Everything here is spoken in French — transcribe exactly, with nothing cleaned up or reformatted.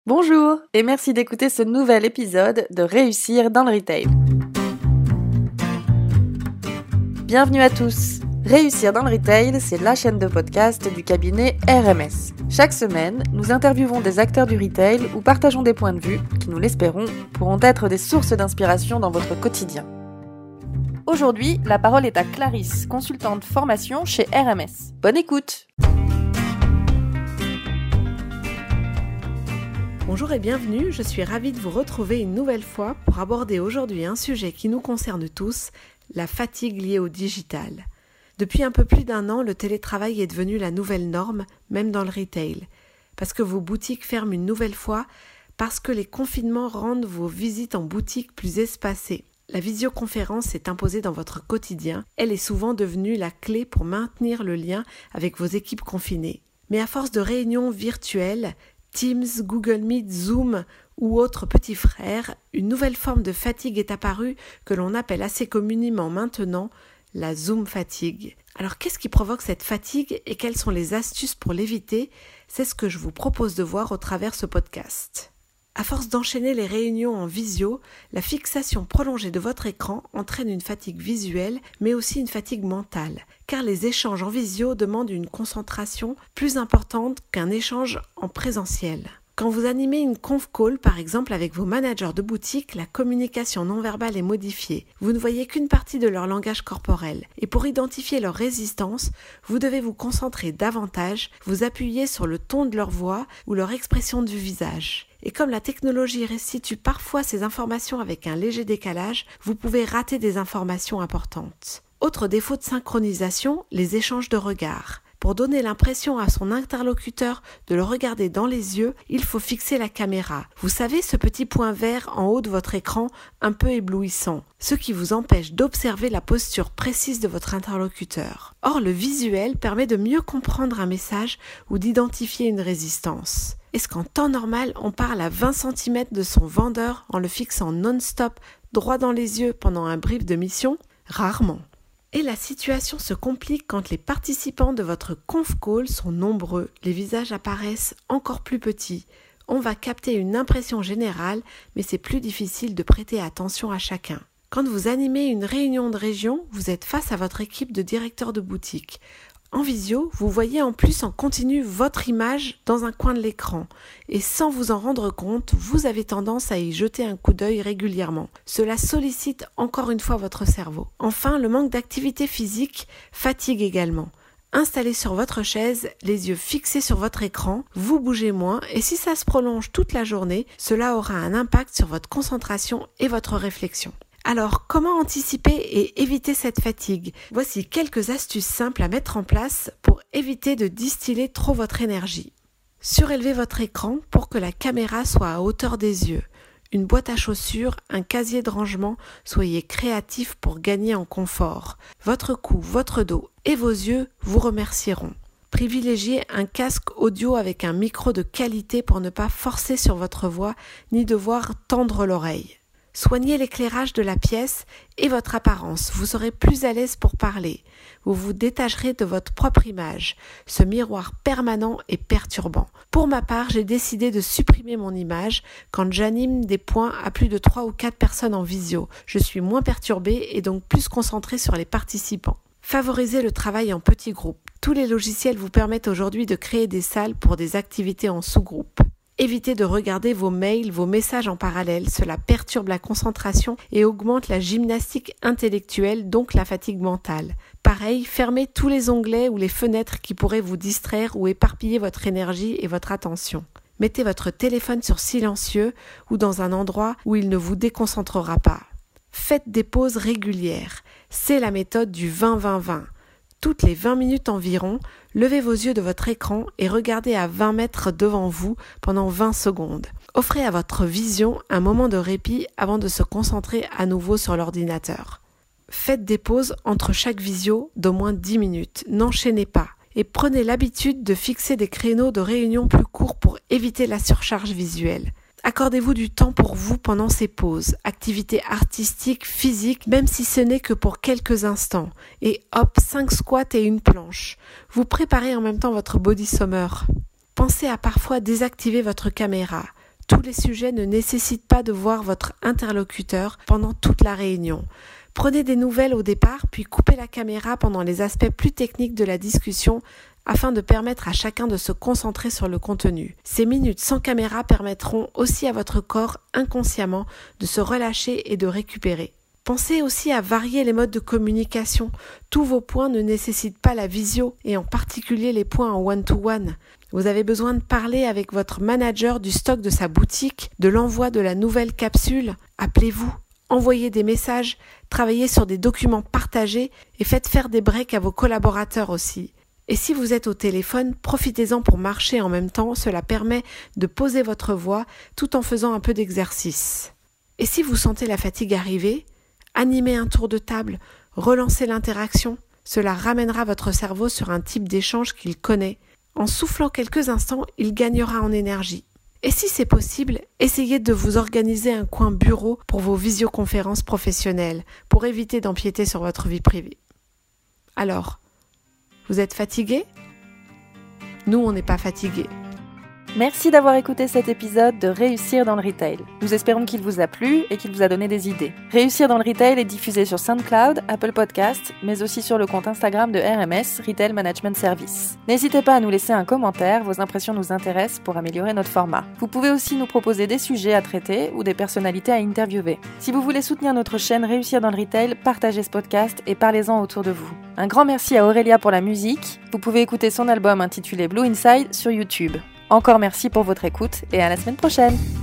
Bonjour et merci d'écouter ce nouvel épisode de Réussir dans le Retail. Bienvenue à tous. Réussir dans le Retail, c'est la chaîne de podcast du cabinet R M S. Chaque semaine, nous interviewons des acteurs du retail ou partageons des points de vue qui, nous l'espérons, pourront être des sources d'inspiration dans votre quotidien. Aujourd'hui, la parole est à Clarisse, consultante formation chez R M S. Bonne écoute! Bonjour et bienvenue, je suis ravie de vous retrouver une nouvelle fois pour aborder aujourd'hui un sujet qui nous concerne tous, la fatigue liée au digital. Depuis un peu plus d'un an, le télétravail est devenu la nouvelle norme, même dans le retail. Parce que vos boutiques ferment une nouvelle fois, parce que les confinements rendent vos visites en boutique plus espacées. La visioconférence s'est imposée dans votre quotidien, elle est souvent devenue la clé pour maintenir le lien avec vos équipes confinées. Mais à force de réunions virtuelles, Teams, Google Meet, Zoom ou autres petits frères, une nouvelle forme de fatigue est apparue que l'on appelle assez communément maintenant la Zoom fatigue. Alors qu'est-ce qui provoque cette fatigue et quelles sont les astuces pour l'éviter? C'est ce que je vous propose de voir au travers ce podcast. À force d'enchaîner les réunions en visio, la fixation prolongée de votre écran entraîne une fatigue visuelle, mais aussi une fatigue mentale, car les échanges en visio demandent une concentration plus importante qu'un échange en présentiel. Quand vous animez une conf call, par exemple avec vos managers de boutique, la communication non verbale est modifiée. Vous ne voyez qu'une partie de leur langage corporel. Et pour identifier leur résistance, vous devez vous concentrer davantage, vous appuyer sur le ton de leur voix ou leur expression du visage. Et comme la technologie restitue parfois ces informations avec un léger décalage, vous pouvez rater des informations importantes. Autre défaut de synchronisation, les échanges de regards. Pour donner l'impression à son interlocuteur de le regarder dans les yeux, il faut fixer la caméra. Vous savez, ce petit point vert en haut de votre écran, un peu éblouissant, ce qui vous empêche d'observer la posture précise de votre interlocuteur. Or, le visuel permet de mieux comprendre un message ou d'identifier une résistance. Est-ce qu'en temps normal, on parle à vingt centimètres de son vendeur en le fixant non-stop droit dans les yeux pendant un brief de mission? Rarement. Et la situation se complique quand les participants de votre conf call sont nombreux, les visages apparaissent encore plus petits. On va capter une impression générale, mais c'est plus difficile de prêter attention à chacun. Quand vous animez une réunion de région, vous êtes face à votre équipe de directeurs de boutique. En visio, vous voyez en plus en continu votre image dans un coin de l'écran et sans vous en rendre compte, vous avez tendance à y jeter un coup d'œil régulièrement. Cela sollicite encore une fois votre cerveau. Enfin, le manque d'activité physique fatigue également. Installé sur votre chaise, les yeux fixés sur votre écran, vous bougez moins et si ça se prolonge toute la journée, cela aura un impact sur votre concentration et votre réflexion. Alors, comment anticiper et éviter cette fatigue? Voici quelques astuces simples à mettre en place pour éviter de distiller trop votre énergie. Surélevez votre écran pour que la caméra soit à hauteur des yeux. Une boîte à chaussures, un casier de rangement, soyez créatif pour gagner en confort. Votre cou, votre dos et vos yeux vous remercieront. Privilégiez un casque audio avec un micro de qualité pour ne pas forcer sur votre voix ni devoir tendre l'oreille. Soignez l'éclairage de la pièce et votre apparence, vous serez plus à l'aise pour parler. Vous vous détacherez de votre propre image. Ce miroir permanent est perturbant. Pour ma part, j'ai décidé de supprimer mon image quand j'anime des points à plus de trois ou quatre personnes en visio. Je suis moins perturbée et donc plus concentrée sur les participants. Favorisez le travail en petits groupes. Tous les logiciels vous permettent aujourd'hui de créer des salles pour des activités en sous-groupes. Évitez de regarder vos mails, vos messages en parallèle, cela perturbe la concentration et augmente la gymnastique intellectuelle, donc la fatigue mentale. Pareil, fermez tous les onglets ou les fenêtres qui pourraient vous distraire ou éparpiller votre énergie et votre attention. Mettez votre téléphone sur silencieux ou dans un endroit où il ne vous déconcentrera pas. Faites des pauses régulières. C'est la méthode du vingt vingt vingt. Toutes les vingt minutes environ, levez vos yeux de votre écran et regardez à vingt mètres devant vous pendant vingt secondes. Offrez à votre vision un moment de répit avant de se concentrer à nouveau sur l'ordinateur. Faites des pauses entre chaque visio d'au moins dix minutes. N'enchaînez pas. Et prenez l'habitude de fixer des créneaux de réunion plus courts pour éviter la surcharge visuelle. Accordez-vous du temps pour vous pendant ces pauses, activités artistiques, physiques, même si ce n'est que pour quelques instants. Et hop, cinq squats et une planche. Vous préparez en même temps votre body summer. Pensez à parfois désactiver votre caméra. Tous les sujets ne nécessitent pas de voir votre interlocuteur pendant toute la réunion. Prenez des nouvelles au départ, puis coupez la caméra pendant les aspects plus techniques de la discussion afin de permettre à chacun de se concentrer sur le contenu. Ces minutes sans caméra permettront aussi à votre corps inconsciemment de se relâcher et de récupérer. Pensez aussi à varier les modes de communication. Tous vos points ne nécessitent pas la visio, et en particulier les points en one-to-one. Vous avez besoin de parler avec votre manager du stock de sa boutique, de l'envoi de la nouvelle capsule. Appelez-vous, envoyez des messages, travaillez sur des documents partagés et faites faire des breaks à vos collaborateurs aussi. Et si vous êtes au téléphone, profitez-en pour marcher en même temps, cela permet de poser votre voix tout en faisant un peu d'exercice. Et si vous sentez la fatigue arriver, animez un tour de table, relancez l'interaction, cela ramènera votre cerveau sur un type d'échange qu'il connaît. En soufflant quelques instants, il gagnera en énergie. Et si c'est possible, essayez de vous organiser un coin bureau pour vos visioconférences professionnelles, pour éviter d'empiéter sur votre vie privée. Alors, vous êtes fatigué ? Nous, on n'est pas fatigués. Merci d'avoir écouté cet épisode de Réussir dans le Retail. Nous espérons qu'il vous a plu et qu'il vous a donné des idées. Réussir dans le Retail est diffusé sur SoundCloud, Apple Podcasts, mais aussi sur le compte Instagram de R M S, Retail Management Service. N'hésitez pas à nous laisser un commentaire, vos impressions nous intéressent pour améliorer notre format. Vous pouvez aussi nous proposer des sujets à traiter ou des personnalités à interviewer. Si vous voulez soutenir notre chaîne Réussir dans le Retail, partagez ce podcast et parlez-en autour de vous. Un grand merci à Aurélia pour la musique. Vous pouvez écouter son album intitulé Blue Inside sur YouTube. Encore merci pour votre écoute et à la semaine prochaine.